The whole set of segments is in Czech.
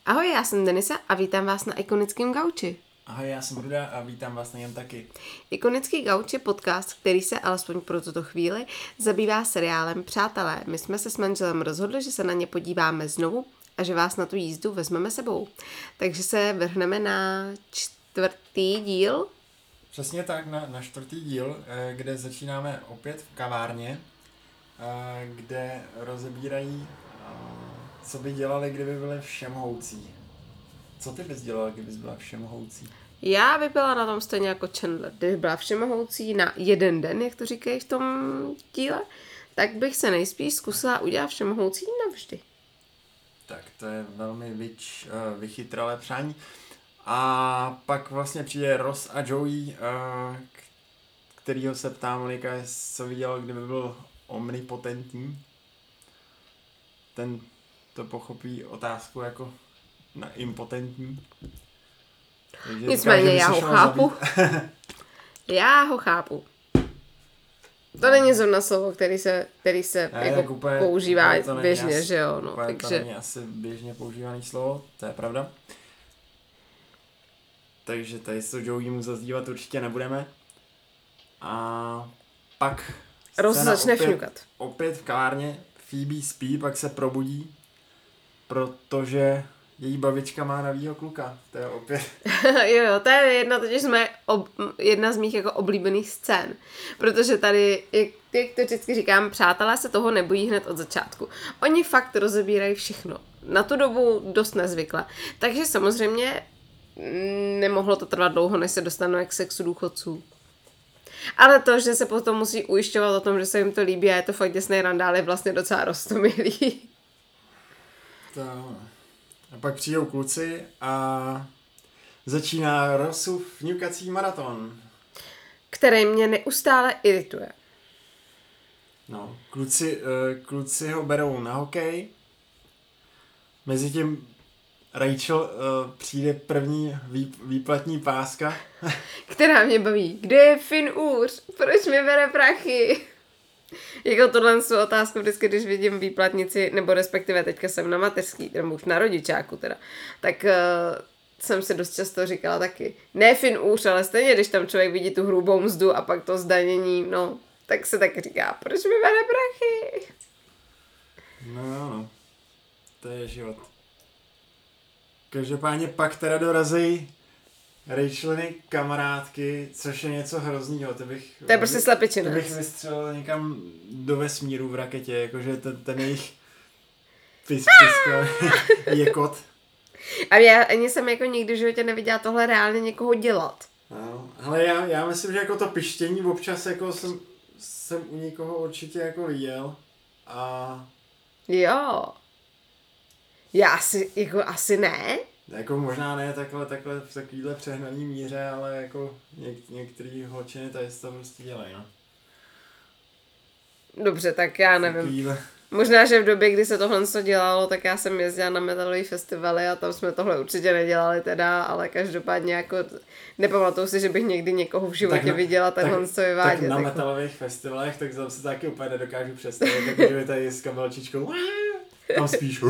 Ahoj, já jsem Denisa a vítám vás na Ikonickém gauči. Ahoj, já jsem Ruda a vítám vás na něm taky. Ikonický gauč je podcast, který se alespoň pro tuto chvíli zabývá seriálem Přátelé. My jsme se s manželem rozhodli, že se na ně podíváme znovu a že vás na tu jízdu vezmeme sebou. Takže se vrhneme na 4. díl. Přesně tak, na 4. díl, kde začínáme opět v kavárně, kde rozebírají, co by dělali, kdyby byli všemohoucí. Co ty bys dělala, kdybys byla všemohoucí? Já by byla na tom stejně jako Chandler. Kdyby byla všemohoucí na jeden den, jak to říkají v tom díle, tak bych se nejspíš zkusila udělat všemohoucí navždy. Tak to je velmi vychytralé přání. A pak vlastně přijde Ross a Joey, kterýho se ptá Monika, co viděl, kdyby byl omnipotentní. Ten to pochopí otázku jako na impotentní. Takže nicméně já ho chápu. Já ho chápu. To není zrovna slovo, který se jako úplně, používá úplně běžně, že jo. No, takže... To není asi běžně používaný slovo, to je pravda. Takže tady s Joey mu zazdívat určitě nebudeme. A pak Ross začne fňukat. Opět v kavárně, Phoebe spí, pak se probudí, protože její babička má novýho kluka. To je opět. Jo, to je jedna z mých jako oblíbených scén. Protože tady, jak to vždycky říkám, přátelé se toho nebojí hned od začátku. Oni fakt rozebírají všechno. Na tu dobu dost nezvykle. Takže samozřejmě nemohlo to trvat dlouho, než se dostanou k sexu důchodců. Ale to, že se potom musí ujišťovat o tom, že se jim to líbí a je to fakt děsnej randál, je vlastně docela roztomilý. A pak přijdou kluci a začíná Rossův fňukací maraton. Který mě neustále irituje. No, kluci ho berou na hokej. Mezitím Rachel přijde první výplatní páska. Která mě baví. Kde je Finn Úř? Proč mi bere prachy? Jako tohle jsou otázku vždycky, když vidím výplatnici, nebo respektive teďka jsem na mateřský, nebo už na rodičáku teda, tak jsem si dost často říkala taky, ne Finn Úř, ale stejně, když tam člověk vidí tu hrubou mzdu a pak to zdanění, no, tak se taky říká, proč mi bere prachy? No, to je život. Každopádně pak teda dorazí Racheliny kamarádky, což je něco hroznýho. To je prostě slepičina. To bych vystřelil někam do vesmíru v raketě, jakože ten jejich pisko je kot. A já ani jsem jako nikdy v životě neviděla tohle reálně někoho dělat. No, ale já myslím, že jako to pištění občas jako jsem u někoho určitě jako viděl. A... Jo. Já asi ne. Jako možná ne takhle v takovýhle přehnaný míře, ale jako některý holčiny tady to prostě dělají, no. Dobře, tak já nevím. Takovýhle. Možná, že v době, kdy se tohle dělalo, tak já jsem jezdila na metalový festivaly a tam jsme tohle určitě nedělali teda, ale každopádně jako nepamatuju si, že bych někdy někoho v životě viděla tenhle co vyvádět. Tak na metalových festivalech, tak tam se taky úplně nedokážu představit, takže vy tady s kabelčičkou tam spíš.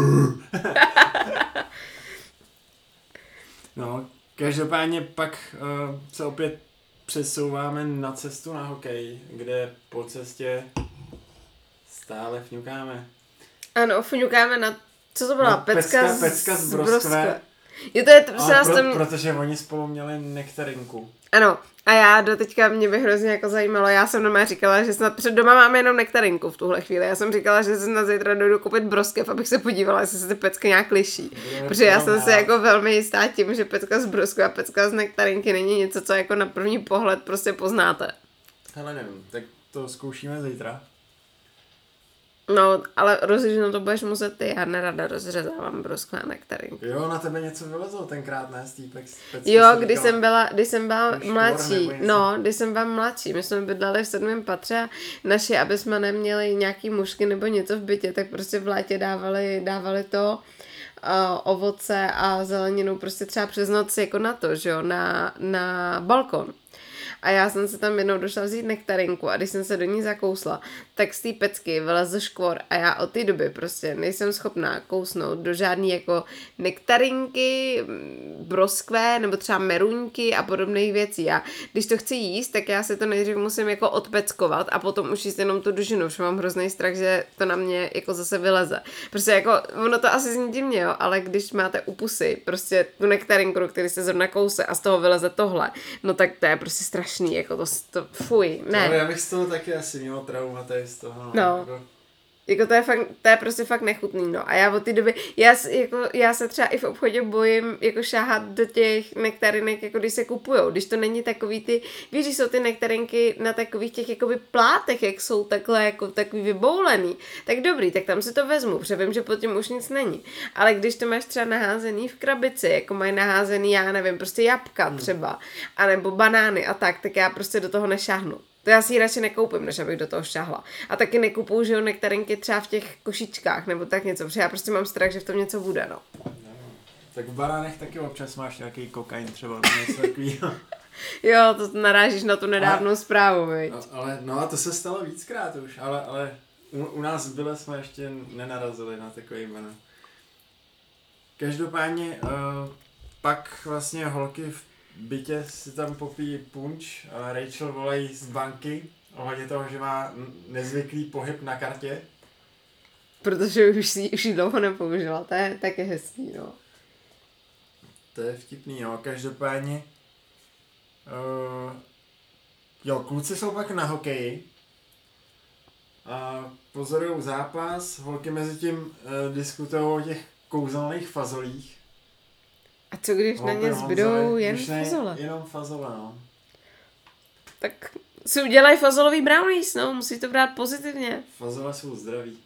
No, každopádně pak se opět přesouváme na cestu na hokej, kde po cestě stále fňukáme. Ano, fňukáme na, co to byla? No, pecka z Broskve. Jo, to je prostě protože oni spolu měli nektarinku. Ano, a já doteďka mě by hrozně jako zajímalo, já jsem doma říkala, že snad před doma máme jenom nektarinku v tuhle chvíli. Já jsem říkala, že se snad zítra dojdu koupit broskev, abych se podívala, jestli se ty pecky nějak liší. Protože já jsem si jako velmi jistá tím, že pecka z broskve a pecka z nektarinky není něco, co jako na první pohled prostě poznáte. Hele, nevím, tak to zkoušíme zítra. No, ale rozříznout to budeš muset ty, já nerada rozřezávám broskve a nektarinku. Jo, na tebe něco vylezlo tenkrát, ne, Stýpek? Jo, když jsem byla mladší, když jsem byla mladší, my jsme bydleli v 7. patře a naši, aby jsme neměli nějaký mušky nebo něco v bytě, tak prostě v létě dávali to ovoce a zeleninu prostě třeba přes noc jako na to, že jo, na balkon. A já jsem se tam jednou došla vzít nektarinku a když jsem se do ní zakousla, tak z té pecky vylezl škvor a já od té doby prostě nejsem schopná kousnout do žádný jako nektarinky, broskve nebo třeba meruňky a podobných věcí. Já, když to chci jíst, tak já se to nejdřív musím jako odpeckovat a potom už jíst jenom tu dužinu, že mám hrozný strach, že to na mě jako zase vyleze. Prostě jako, ono to asi zní divně, jo, ale když máte u pusy prostě tu nektarinku, který se zrovna kouse a z toho vyleze tohle, no tak to je prostě strašný, jako to fuj, ne. Ale já bych z toho taky asi měl trauma tady z toho. No. Jako to je prostě fakt nechutný, no. A já od té doby, já se třeba i v obchodě bojím jako šáhat do těch nektarinek, jako když se kupujou. Když to není takový ty, víš, že jsou ty nektarinky na takových těch jakoby plátech, jak jsou takhle jako takový vyboulený, tak dobrý, tak tam si to vezmu, protože vím, že pod tím už nic není. Ale když to máš třeba naházený v krabici, jako mají naházený, já nevím, prostě jabka třeba, anebo banány a tak já prostě do toho nešáhnu. To já si ji radši nekoupím, než abych do toho šáhla. A taky nekupuju, že jo, nektarinky třeba v těch košičkách, nebo tak něco, protože já prostě mám strach, že v tom něco bude, no. Tak v banánech taky občas máš nějaký kokain třeba, něco takovýho. Jo, to narážíš na tu nedávnou zprávu, viď? No a to se stalo víckrát už, ale u nás v Byle jsme ještě nenarazili na takový jméno. Každopádně pak vlastně holky v bytě si tam popíjí punč a Rachel volají z banky ohledně toho, že má nezvyklý pohyb na kartě. Protože už ji dlouho nepoužila, to je taky hezký, no. To je vtipný, jo, každopádně jo, kluci jsou pak na hokeji a pozorujou zápas, holky mezi tím diskutují o těch kouzelných fazolích. A co když na ně zbydou jen fazole? Jenom fazole, no. Tak si udělají fazolový brownies, no, musí to brát pozitivně. Fazole jsou zdraví.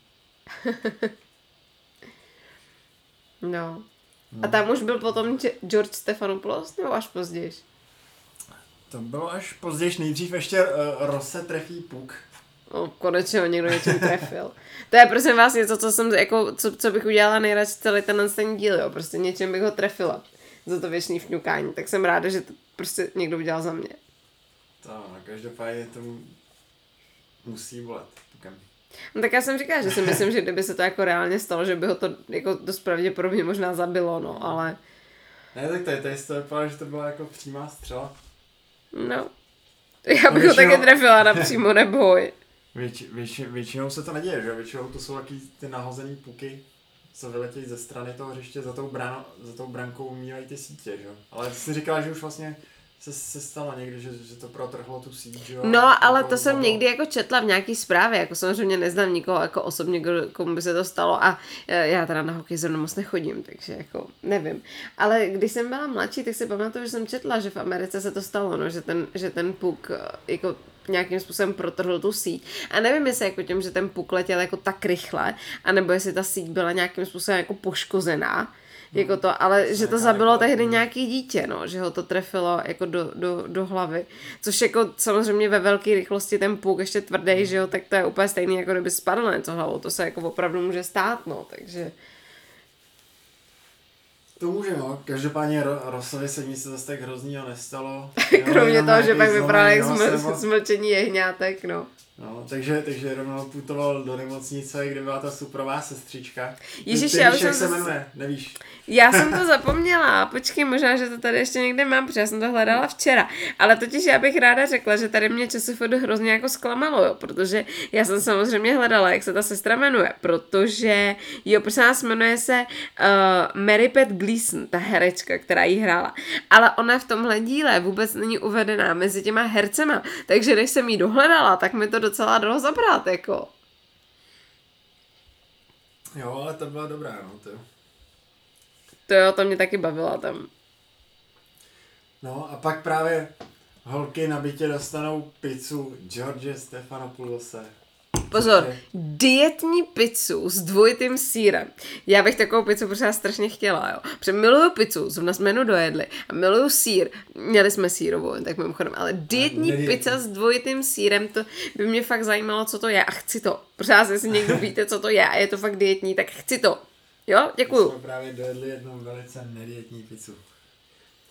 No. A tam už byl potom George Stephanopoulos, nebo až později? To bylo až později, nejdřív ještě Rose trefí puk. No, konečně ho někdo něčím trefil. To je prosím vás něco, co jsem, jako, co bych udělala nejradši celý ten díl, jo. Prostě něčím bych ho trefila za to věčný fňukání. Tak jsem ráda, že to prostě někdo udělal za mě. To, no, každopádně to musí bolet pukem. No tak já jsem říkala, že si myslím, že kdyby se to jako reálně stalo, že by ho to jako dost pravděpodobně možná zabilo, no, ale... Ne, tak tady to vypadá, že to byla jako přímá střela. No. Já bych ho taky trefila napřímo, neboj. Většinou se to neděje, že? Většinou to jsou taky ty nahozený puky, co vyletějí ze strany toho hřiště, za tou brankou umívají ty sítě, že? Ale ty jsi říkala, že už vlastně se stalo někdy, že to protrhlo tu síť, že jo? No, ale to jsem někdy jako četla v nějaký zprávě, jako samozřejmě neznám nikoho jako osobně, komu by se to stalo a já teda na hokej zrovna moc nechodím, takže jako nevím. Ale když jsem byla mladší, tak si pamatuju, že jsem četla, že v Americe se to stalo, no, že ten puk jako nějakým způsobem protrhl tu síť. A nevím, jestli jako tím, že ten puk letěl jako tak rychle, anebo jestli ta síť byla nějakým způsobem jako poškozená, jako to, ale že to zabilo tehdy nějaký dítě, no, že ho to trefilo jako do hlavy, což jako samozřejmě ve velké rychlosti ten puk ještě tvrdý, že jo, tak to je úplně stejný, jako kdyby spadl něco hlavou, to se jako opravdu může stát, no, takže... To může, no. Každopádně Rosovi se nic zase tak hroznýho nestalo. Kromě toho, že pak vypadal jak smlčení jehňátek, no. No, takže rovnou putoval do nemocnice, kde byla ta suprová sestřička. Ježiš, jak se jmenuje, nevíš? Já jsem to zapomněla, počkej, možná, že to tady ještě někde mám, protože já jsem to hledala včera, ale totiž já bych ráda řekla, že tady mě ČSFD hrozně jako zklamalo, jo, protože já jsem samozřejmě hledala, jak se ta sestra jmenuje, protože, jo, prosím nás, jmenuje se Mary Pat Gleason, ta herečka, která jí hrála, ale ona v tomhle díle vůbec není uvedená mezi těma hercema, takže než jsem jí dohledala, tak mi to docela dalo zabrat, jako. Jo, ale to byla dobrá, no, to. To jo, to mě taky bavila tam. No a pak právě holky na bytě dostanou pizzu George Stephanopoulose. Pozor, dietní pizzu s dvojitým sýrem. Já bych takovou pizzu prostě strašně chtěla, jo. Protože miluju pizzu, zrovna jsme menu dojedli a miluju sýr. Měli jsme sýrovou, tak mimochodem, ale dietní pizza s dvojitým sýrem, to by mě fakt zajímalo, co to je a chci to. Protože jestli někdo víte, co to je a je to fakt dietní, tak chci to. Jo, děkuju. My jsme právě dojedli jednou velice nedietní pizzu.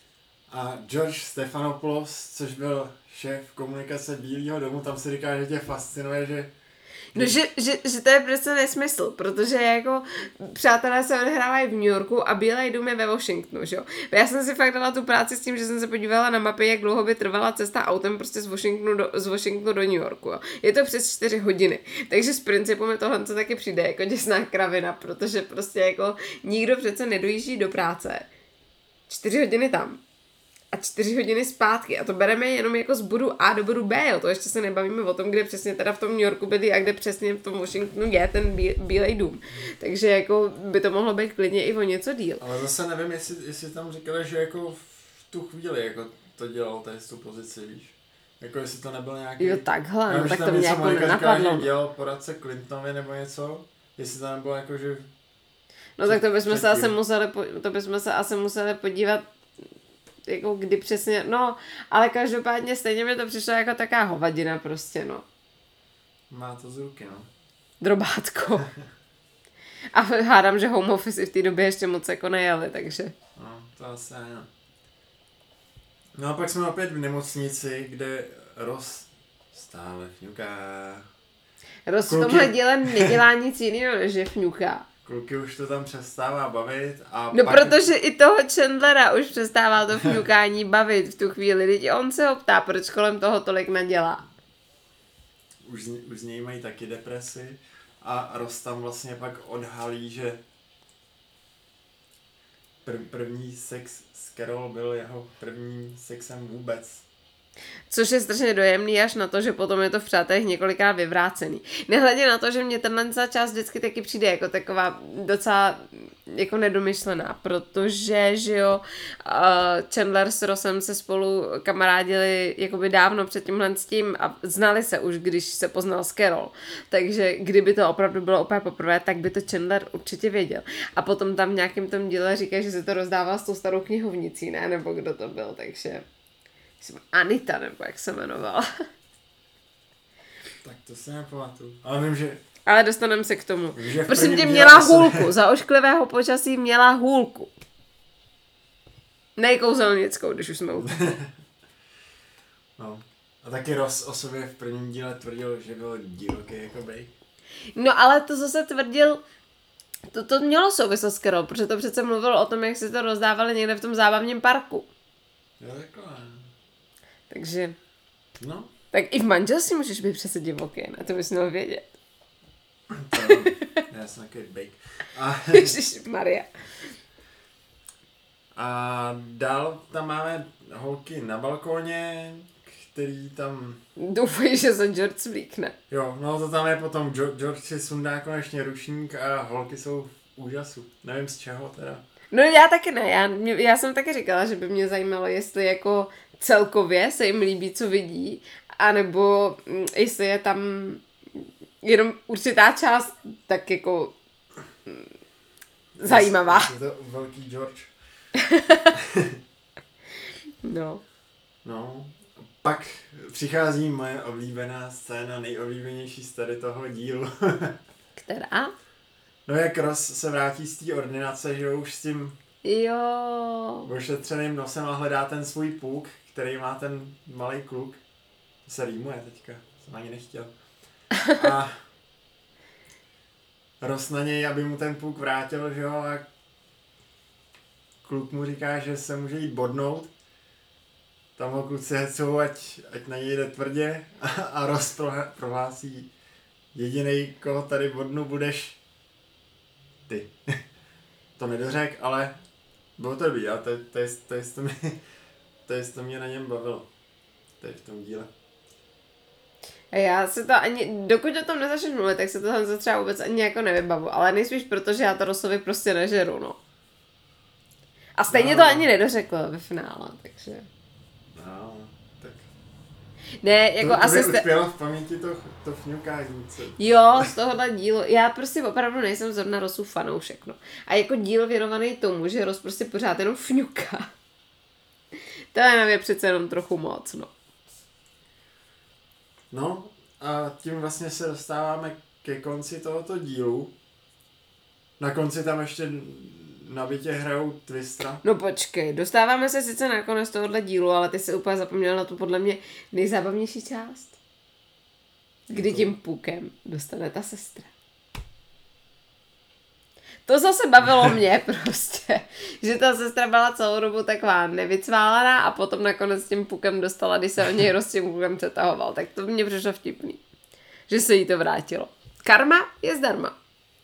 A George Stephanopoulos, což byl šéf komunikace Bílého domu, tam se říká, že tě fascinuje, že... No, že to je prostě nesmysl, protože jako přátelé se odehrávají v New Yorku a Bílý dům je ve Washingtonu, že jo. Já jsem si fakt dala tu práci s tím, že jsem se podívala na mapy, jak dlouho by trvala cesta autem prostě z Washingtonu do New Yorku, jo. Je to přes 4 hodiny, takže z principu mi tohle co taky přijde jako děsná kravina, protože prostě jako nikdo přece nedojíždí do práce 4 hodiny tam a 4 hodiny zpátky. A to bereme jenom jako z bodu A do bodu B, jo. To ještě se nebavíme o tom, kde přesně teda v tom New Yorku bydlí a kde přesně v tom Washingtonu je ten Bílej dům. Takže jako by to mohlo být klidně i o něco díl. Ale zase nevím, jestli tam říkali, že jako v tu chvíli jako to dělal tady z tu pozici, víš. Jako jestli to nebyl nějaký... Jo, takhle, no, tak to mě jako nenapadlo. nenapadlo. Že dělal poradce Clintonovi nebo něco, jestli to nebylo jako, že... No tak to bychom se asi museli podívat jako kdy přesně, no, ale každopádně stejně mi to přišlo jako taká hovadina prostě, no. Má to z ruky, no. Drobátko. A hádám, že home office v té době ještě moc jako nejeli, takže. No, to asi ne. No a pak jsme opět v nemocnici, kde Ross stále fňuká. Ross v tomhle díle nedělá nic jiného, než že fňuká. Kluky už to tam přestává bavit a no pak... protože i toho Chandlera už přestává to fňukání bavit v tu chvíli. Teď on se ho ptá, proč kolem toho tolik nadělá. Už z něj mají taky depresi a Ross tam vlastně pak odhalí, že první sex s Carol byl jeho prvním sexem vůbec. Což je strašně dojemný až na to, že potom je to v přátelích několikrát vyvrácený. Nehledě na to, že mě tenhle část vždycky taky přijde jako taková docela jako nedomyšlená, protože, že jo, Chandler s Rossem se spolu kamarádili jakoby dávno před tímhle s tím a znali se už, když se poznal s Carol. Takže kdyby to opravdu bylo opět poprvé, tak by to Chandler určitě věděl. A potom tam v nějakém tom díle říká, že se to rozdával s tou starou knihovnicí, ne? Nebo kdo to byl, takže... Anita, nebo jak se jmenovala. Tak to si nepamatuju. Ale vím, že... Ale dostaneme se k tomu. Prosím tě, měla hůlku. Za ošklivého počasí měla hůlku. Nejkouzelnickou, když už jsme u toho. No. A taky Ross o sobě v prvním díle tvrdil, že byl divoký jako bejk. No ale to zase tvrdil... To mělo souvislost s Carol, protože to přece mluvilo o tom, jak si to rozdávali někde v tom zábavním parku. Jo, takhle. Takže... No. Tak i v manželství můžeš být přece divoký, ne? To bys měl vědět. Já jsem takový bejk. Ježišmarja. A dál tam máme holky na balkóně, který tam... Doufají, že se George svlíkne. Jo, no to tam je potom, George si sundá konečně ručník a holky jsou v úžasu. Nevím z čeho teda. No já taky ne, já jsem taky říkala, že by mě zajímalo, jestli jako celkově se jim líbí, co vidí, anebo jestli je tam jenom určitá část tak jako zajímavá. Je to velký George. No. No, pak přichází moje oblíbená scéna, nejoblíbenější z tady toho dílu. Která? No jak Ross se vrátí z té ordinace, že už s tím ošetřeným nosem a hledá ten svůj puk, který má ten malý kluk. To se rýmuje teďka, jsem ani nechtěl. A Ross na něj, aby mu ten puk vrátil, že jo, a kluk mu říká, že se může jít bodnout. Tam ho kluci hecou, ať na něj jde tvrdě a Ross prohlásí, jedinej, koho tady bodnu, budeš ty. To nedořek, ale bylo to dobrý, a to mě na něm bavilo. Tady v tom díle. A já se to ani, dokud o tom nezačnu mluvit, tak se to třeba vůbec ani jako nevybavu, ale nejspíš proto, že já to Rossovi prostě nežeru, no. A stejně to ani nedořekl ve finále, takže... No, tak... Ne, jako to asi uspělo v paměti to fňukání. Jo, z tohohle dílu. Já prostě opravdu nejsem zrovna Rossův fanoušek, no. A jako díl věnovaný tomu, že Ross prostě pořád jenom fňuká. To je přece jenom trochu moc, no. No, a tím vlastně se dostáváme ke konci tohoto dílu. Na konci tam ještě na bytě hrajou Twistra. No počkej, dostáváme se sice na konec tohohle dílu, ale ty se úplně zapomněl na tu podle mě nejzábavnější část. Kdy tím pukem dostane ta sestra. To zase bavilo mě prostě, že ta sestra byla celou dobu taková nevycválená a potom nakonec tím pukem dostala, když se o něj tím pukem přetahoval. Tak to mě přišlo vtipný, že se jí to vrátilo. Karma je zdarma.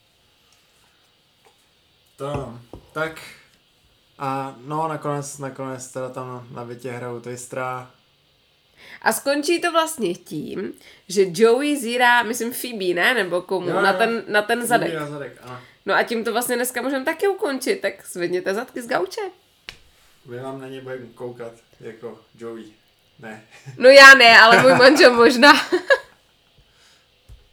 To, tak a no nakonec teda tam na bytě hrajou Twistra. A skončí to vlastně tím, že Joey zírá, myslím Phoebe, ne? Nebo komu? Jo, na ten zadek. Na zadek, ano. No a tím to vlastně dneska můžeme taky ukončit, tak zvedněte zadky z gauče. Vy vám na ně budeme koukat jako Joey. Ne. No já ne, ale můj manžel možná.